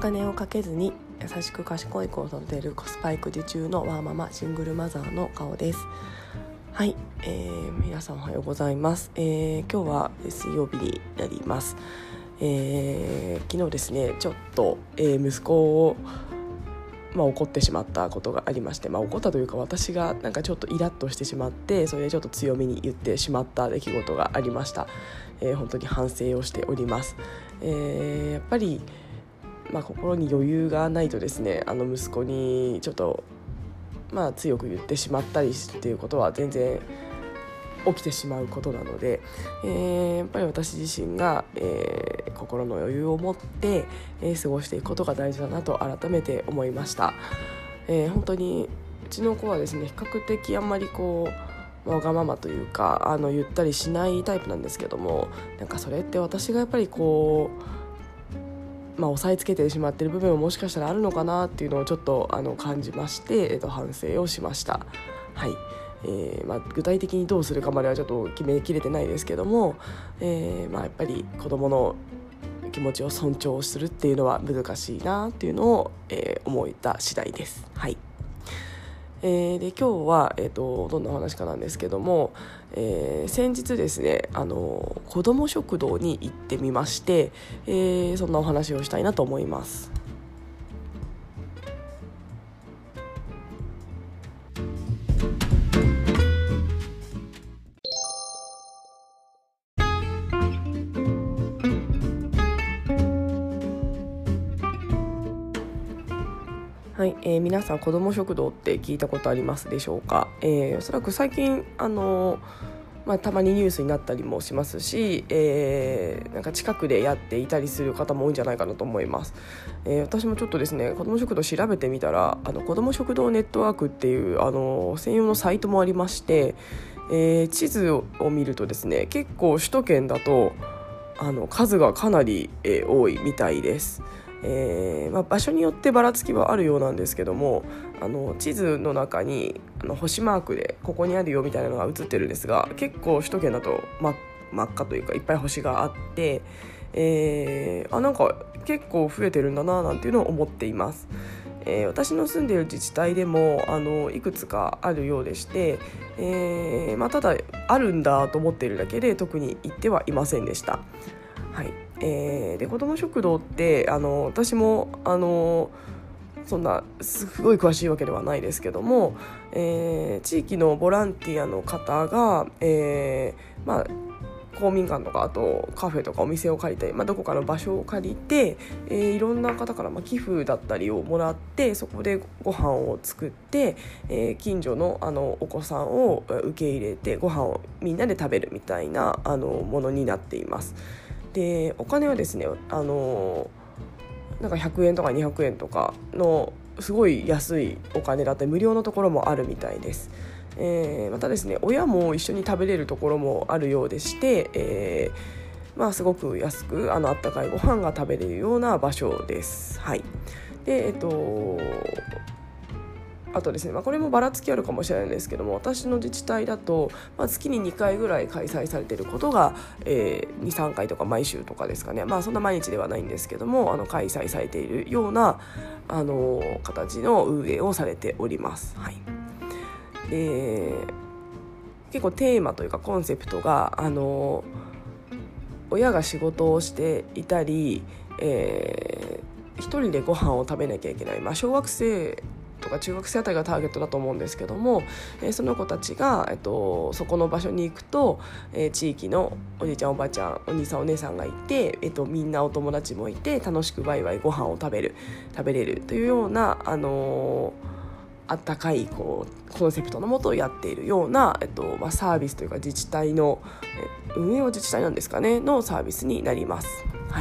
金をかけずに優しく賢い子を育てるコスパ育児中のワーママシングルマザーの顔です。はい、皆さんおはようございます。今日は水曜日になります。昨日ですねちょっと、息子を怒ってしまったことがありまして、怒ったというか私がなんかちょっとイラッとしてしまって、それでちょっと強めに言ってしまった出来事がありました。本当に反省をしております。やっぱり、心に余裕がないとですね、息子にちょっと強く言ってしまったりっていうことは全然起きてしまうことなので、やっぱり私自身が、心の余裕を持って、過ごしていくことが大事だなと改めて思いました。本当にうちの子はですね比較的あんまりわがままというか言ったりしないタイプなんですけども、なんかそれって私がやっぱり押さえつけてしまっている部分ももしかしたらあるのかなっていうのをちょっと感じまして、反省をしました。はい。具体的にどうするかまではちょっと決めきれてないですけども、やっぱり子どもの気持ちを尊重するっていうのは難しいなっていうのを、思った次第です。はい。で今日は、どんなお話かなんですけども、先日ですね子ども食堂に行ってみまして、そんなお話をしたいなと思います。はい、皆さん子ども食堂って聞いたことありますでしょうか。おそらく最近たまにニュースになったりもしますし、なんか近くでやっていたりする方も多いんじゃないかなと思います。私もちょっとですね子ども食堂調べてみたら子ども食堂ネットワークっていう専用のサイトもありまして、地図を見るとですね結構首都圏だと数がかなり、多いみたいです。場所によってばらつきはあるようなんですけども、地図の中に星マークでここにあるよみたいなのが映ってるんですが、結構首都圏だと真っ赤というかいっぱい星があって、なんか結構増えてるんだななんていうのを思っています。私の住んでいる自治体でもいくつかあるようでして、ただあるんだと思っているだけで特に行ってはいませんでした。はい。で子ども食堂って私もそんなすごい詳しいわけではないですけども、地域のボランティアの方が、公民館とかあとカフェとかお店を借りて、どこかの場所を借りて、いろんな方から寄付だったりをもらって、そこでご飯を作って、近所のお子さんを受け入れてご飯をみんなで食べるみたいなものになっています。でお金はですねなんか100円とか200円とかのすごい安いお金だったり無料のところもあるみたいです。またですね親も一緒に食べれるところもあるようでして、すごく安くあったかいご飯が食べれるような場所です。はい。であとですね、これもばらつきあるかもしれないんですけども、私の自治体だと、月に2回ぐらい開催されていることが、2、3回とか毎週とかですかね、そんな毎日ではないんですけども開催されているような形の運営をされております。はい。結構テーマというかコンセプトが親が仕事をしていたり、一人でご飯を食べなきゃいけない、小学生とか中学生あたりがターゲットだと思うんですけども、その子たちが、そこの場所に行くと、地域のおじいちゃんおばあちゃんお兄さんお姉さんがいて、みんなお友達もいて楽しくワイワイご飯を食べれるというようなあったかいコンセプトのもとをやっているような、サービスというか自治体の運営は自治体なんですかねのサービスになります。はい。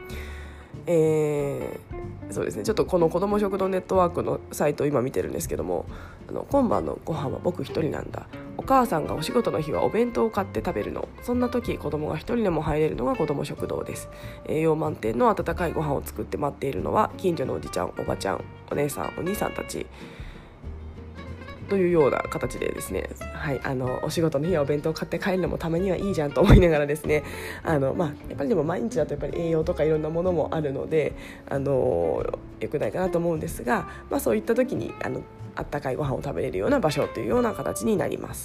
そうですね、ちょっとこの子ども食堂ネットワークのサイトを今見てるんですけども、今晩のご飯は僕一人なんだ、お母さんがお仕事の日はお弁当を買って食べるの、そんな時子供が一人でも入れるのが子ども食堂です。栄養満点の温かいご飯を作って待っているのは近所のおじちゃんおばちゃんお姉さんお兄さんたちというような形でですね、はい、お仕事の日はお弁当買って帰るのもたまにはいいじゃんと思いながらですね、やっぱりでも毎日だとやっぱり栄養とかいろんなものもあるので、良くないかなと思うんですが、そういった時にあったかいご飯を食べれるような場所というような形になります。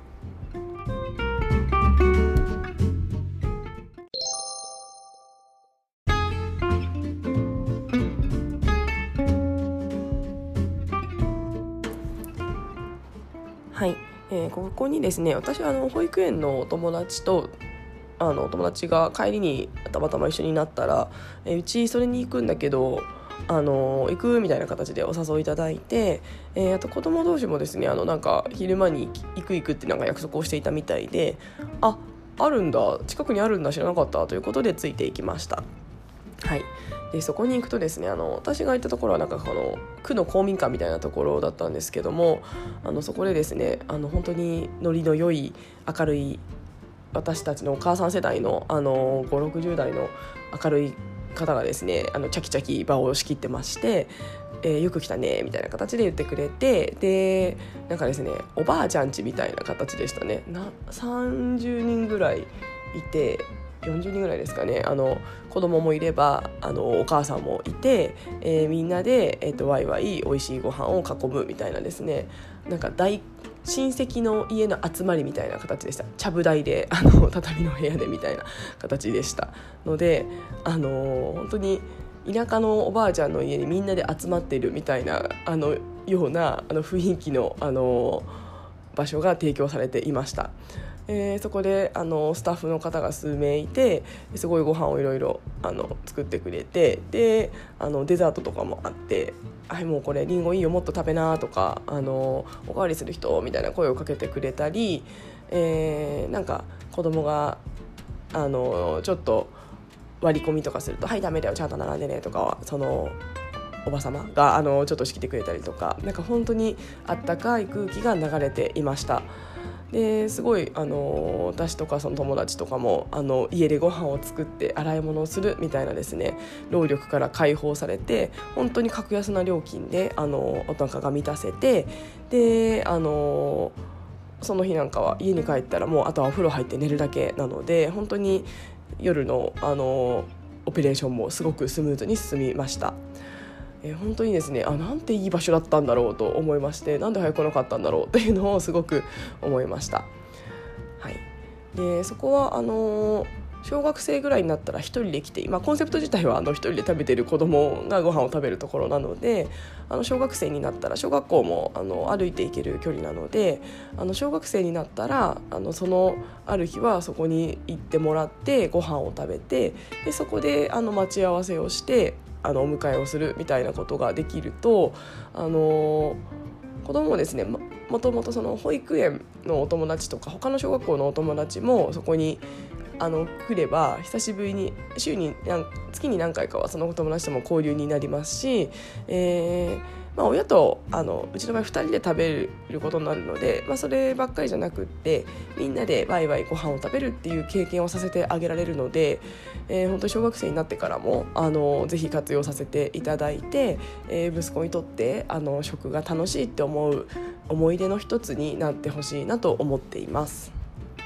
はい、ここにですね、私は保育園のお友達とお友達が帰りにたまたま一緒になったら、うちそれに行くんだけど行くみたいな形でお誘いいただいて、あと子供同士もですねなんか昼間に行くってなんか約束をしていたみたいで、あるんだ、近くにあるんだ、知らなかったということでついていきました。はい、でそこに行くとですね私が行ったところはなんか区の公民館みたいなところだったんですけども、そこでですね本当にノリの良い明るい私たちのお母さん世代の5、60代の明るい方がですねチャキチャキ場を仕切ってまして、よく来たねみたいな形で言ってくれて、でなんかですねおばあちゃん家みたいな形でしたね。30人ぐらいいて、40人ぐらいですかね、子供もいればお母さんもいて、みんなで、ワイワイ美味しいご飯を囲むみたいなですね、なんか親戚の家の集まりみたいな形でした。ちゃぶ台で畳の部屋でみたいな形でしたので、本当に田舎のおばあちゃんの家にみんなで集まっているみたいなような雰囲気の場所が提供されていました。そこでスタッフの方が数名いて、すごいご飯をいろいろ作ってくれて、でデザートとかもあって、もうこれリンゴいいよもっと食べなとかおかわりする人みたいな声をかけてくれたり、なんか子供がちょっと割り込みとかすると、はいダメだよちゃんと並んでねとかはそのおばさまがちょっと仕切ってくれたりとか、なんか本当にあったかい空気が流れていました。ですごい私とかその友達とかも家でご飯を作って洗い物をするみたいなですね労力から解放されて、本当に格安な料金でお腹が満たせて、でその日なんかは家に帰ったらもうあとはお風呂入って寝るだけなので、本当に夜のオペレーションもすごくスムーズに進みました。本当にですねなんていい場所だったんだろうと思いまして、なんで早く来なかったんだろうっていうのをすごく思いました。はい、でそこは小学生ぐらいになったら一人で来て、コンセプト自体は一人で食べてる子供がご飯を食べるところなので、小学生になったら小学校も歩いて行ける距離なので、小学生になったらそのある日はそこに行ってもらってご飯を食べて、でそこで待ち合わせをしてお迎えをするみたいなことができると、子供もですね もともとその保育園のお友達とか他の小学校のお友達もそこに来れば久しぶりに月に何回かはそのお友達とも交流になりますし、親とうちの場合2人で食べることになるので、そればっかりじゃなくってみんなでワイワイご飯を食べるっていう経験をさせてあげられるので、本当に小学生になってからもぜひ活用させていただいて、息子にとって食が楽しいって思う思い出の一つになってほしいなと思っています。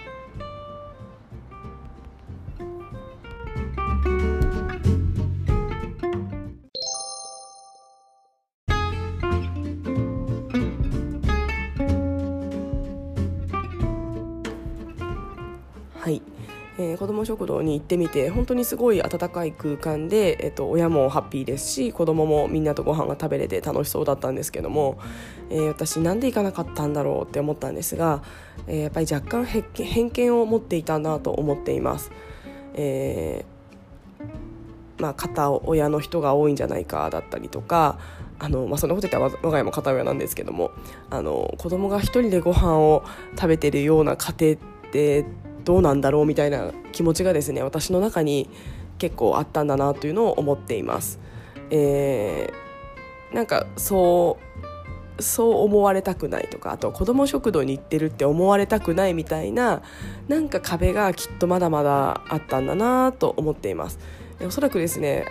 はい、子ども食堂に行ってみて本当にすごい温かい空間で、親もハッピーですし子どももみんなとご飯が食べれて楽しそうだったんですけども、私なんで行かなかったんだろうって思ったんですが、やっぱり若干偏見を持っていたなと思っています。片親の人が多いんじゃないかだったりとか、そんなこと言ったら我が家も片親なんですけども、子供が一人でご飯を食べてるような家庭ってどうなんだろうみたいな気持ちがですね私の中に結構あったんだなというのを思っています。なんかそう思われたくないとか、あと子ども食堂に行ってるって思われたくないみたいな、なんか壁がきっとまだまだあったんだなと思っています。おそらくですね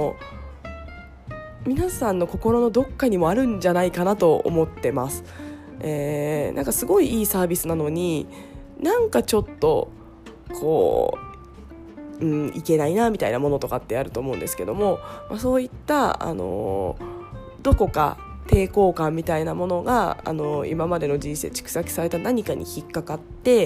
皆さんの心のどっかにもあるんじゃないかなと思ってます。 なんかすごいいいサービスなのになんかちょっとこう、いけないなみたいなものとかってあると思うんですけども、そういった、どこか抵抗感みたいなものが今までの人生蓄積された何かに引っかかって、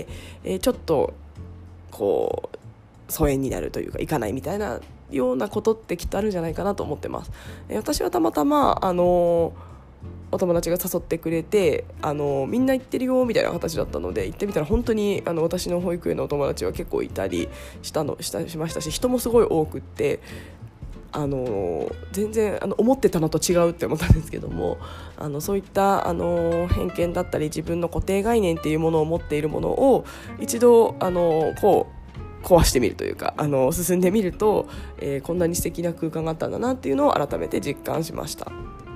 ちょっとこう疎遠になるというかいかないみたいなようなことってきっとあるんじゃないかなと思ってます。私はたまたまお友達が誘ってくれてみんな行ってるよみたいな形だったので行ってみたら本当に私の保育園のお友達は結構いたりしましたし、人もすごい多くって全然思ってたのと違うって思ったんですけども、そういった偏見だったり自分の固定概念っていうものを持っているものを一度こう壊してみるというか進んでみると、こんなに素敵な空間があったんだなっていうのを改めて実感しました。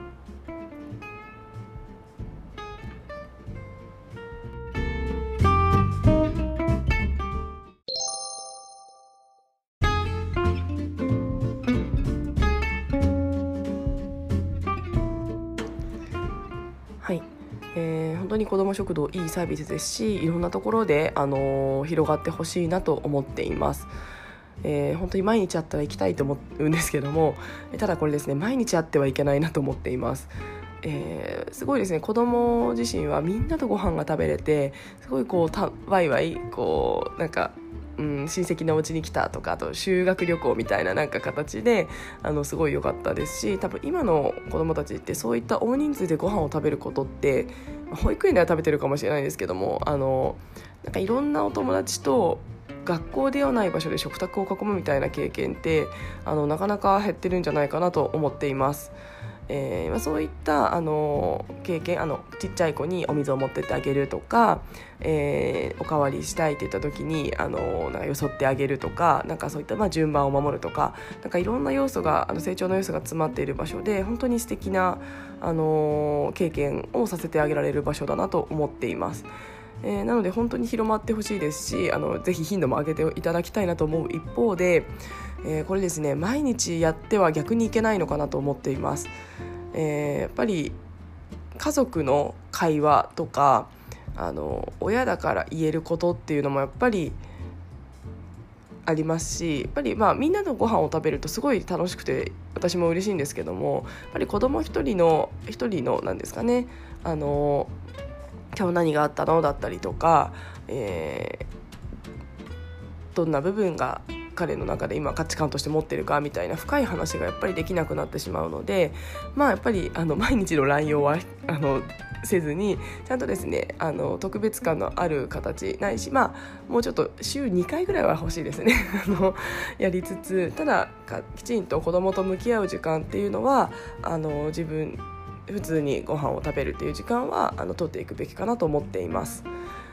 はい、本当に子ども食堂いいサービスですし、いろんなところで、広がってほしいなと思っています。本当に毎日あったら行きたいと思うんですけども、ただこれですね、毎日あってはいけないなと思っています。すごいですね、子供自身はみんなとご飯が食べれてすごいこうワイワイこうなんか、親戚のお家に来たとか、あと修学旅行みたいななんか形ですごい良かったですし、多分今の子供たちってそういった大人数でご飯を食べることって保育園では食べてるかもしれないですけども、なんかいろんなお友達と学校ではない場所で食卓を囲むみたいな経験ってなかなか減ってるんじゃないかなと思っています。そういった経験ちっちゃい子にお水を持ってってあげるとか、おかわりしたいって言った時になんかよそってあげるとか、なんかそういった、順番を守るとか、なんかいろんな要素が成長の要素が詰まっている場所で本当に素敵な経験をさせてあげられる場所だなと思っています。なので本当に広まってほしいですし、ぜひ頻度も上げていただきたいなと思う一方で、これですね、毎日やっては逆にいけないのかなと思っています。やっぱり家族の会話とか親だから言えることっていうのもやっぱりありますし、やっぱりみんなのご飯を食べるとすごい楽しくて私も嬉しいんですけども、やっぱり子供一人のなんですかね、今日何があったのだったりとか、どんな部分が彼の中で今価値観として持ってるかみたいな深い話がやっぱりできなくなってしまうので、やっぱり毎日の乱用はせずにちゃんとですね特別感のある形ないし、もうちょっと週2回ぐらいは欲しいですねやりつつ、ただきちんと子供と向き合う時間っていうのは自分普通にご飯を食べるっていう時間は取っていくべきかなと思っています。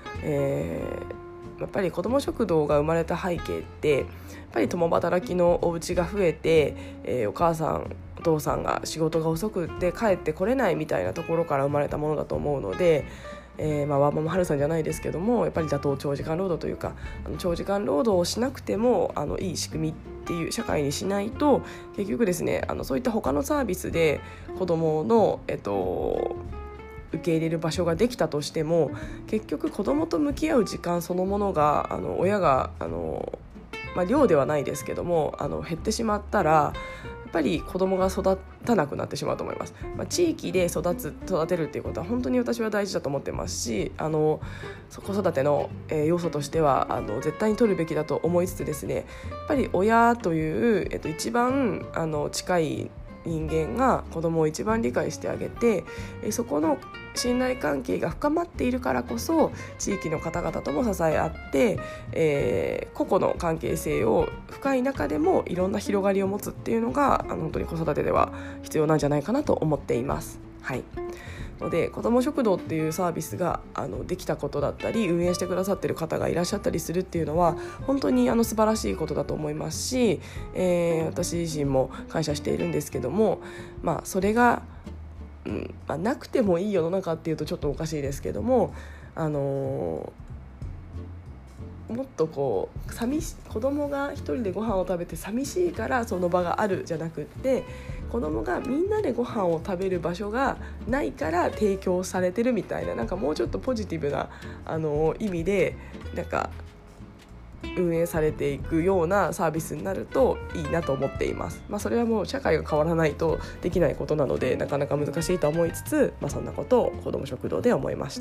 やっぱり子ども食堂が生まれた背景ってやっぱり共働きのお家が増えて、お母さんお父さんが仕事が遅くって帰ってこれないみたいなところから生まれたものだと思うので、ワンママハルさんじゃないですけども、やっぱり打倒長時間労働というか長時間労働をしなくてもいい仕組みっていう社会にしないと、結局ですねそういった他のサービスで子どもの受け入れる場所ができたとしても、結局子どもと向き合う時間そのものが親が量ではないですけども減ってしまったらやっぱり子どもが育たなくなってしまうと思います。地域で育てるっていうことは本当に私は大事だと思ってますし、子育ての要素としては絶対に取るべきだと思いつつですね、やっぱり親という、一番近い人間が子供を一番理解してあげて、そこの信頼関係が深まっているからこそ地域の方々とも支え合って、個々の関係性を深い中でもいろんな広がりを持つっていうのが本当に子育てでは必要なんじゃないかなと思っています。はい、ので子ども食堂っていうサービスができたことだったり運営してくださっている方がいらっしゃったりするっていうのは本当に素晴らしいことだと思いますし、私自身も感謝しているんですけども、それが、なくてもいい世の中っていうとちょっとおかしいですけども、もっとこう子供が一人でご飯を食べて寂しいからその場があるじゃなくって、 子供がみんなでご飯を食べる場所がないから提供されてるみたいな、なんかもうちょっとポジティブな意味でなんか運営されていくようなサービスになるといいなと思っています。それはもう社会が変わらないとできないことなのでなかなか難しいと思いつつ、そんなことを子ども食堂で思いました。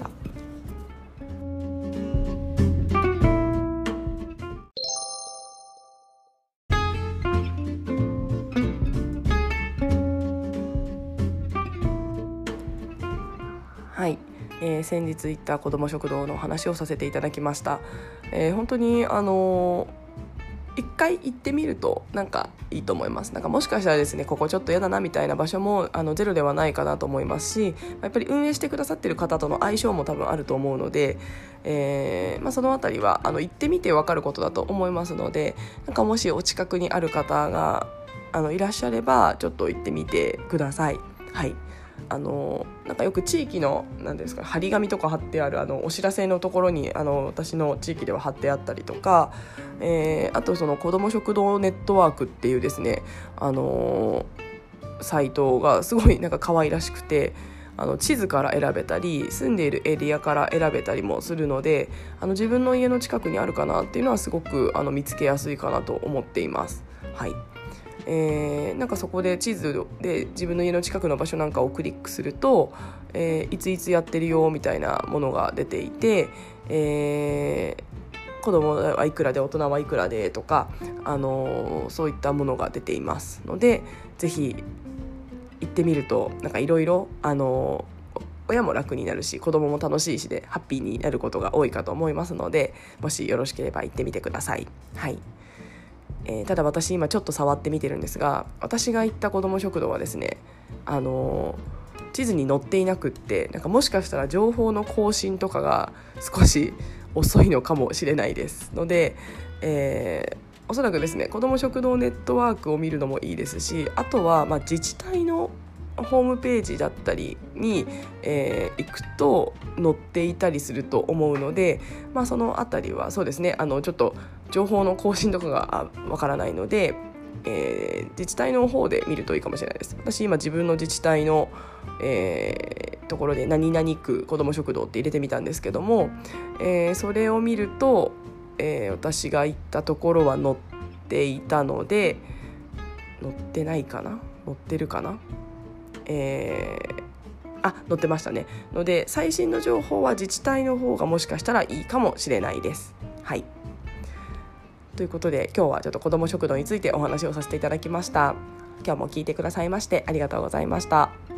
はい、先日行った子ども食堂の話をさせていただきました。本当に一回行ってみるとなんかいいと思います。なんかもしかしたらですね、ここちょっと嫌だなみたいな場所もゼロではないかなと思いますし、やっぱり運営してくださっている方との相性も多分あると思うので、そのあたりは行ってみて分かることだと思いますので、なんかもしお近くにある方がいらっしゃればちょっと行ってみてください。はい、なんかよく地域の何ですか、張り紙とか貼ってあるお知らせのところに私の地域では貼ってあったりとか、あとその子ども食堂ネットワークっていうですね、サイトがすごいなんか可愛らしくて、地図から選べたり住んでいるエリアから選べたりもするので、自分の家の近くにあるかなっていうのはすごく見つけやすいかなと思っています。はい、なんかそこで地図で自分の家の近くの場所なんかをクリックすると、いついつやってるよみたいなものが出ていて、子供はいくらで大人はいくらでとか、そういったものが出ていますので、ぜひ行ってみるとなんかいろいろ親も楽になるし子供も楽しいしでハッピーになることが多いかと思いますので、もしよろしければ行ってみてください。はい、ただ私今ちょっと触ってみてるんですが、私が行った子ども食堂はですね、地図に載っていなくって、なんかもしかしたら情報の更新とかが少し遅いのかもしれないですので、おそらくですね、子ども食堂ネットワークを見るのもいいですし、あとは自治体のホームページだったりに、行くと載っていたりすると思うので、そのあたりはそうですね、ちょっと情報の更新とかがわからないので、自治体の方で見るといいかもしれないです。私今自分の自治体の、ところで何々区子ども食堂って入れてみたんですけども、それを見ると、私が行ったところは載っていたので、載ってないかな、載ってるかな、載ってましたね。ので最新の情報は自治体の方がもしかしたらいいかもしれないです。はい、ということで今日はちょっと子ども食堂についてお話をさせていただきました。今日も聞いてくださいましてありがとうございました。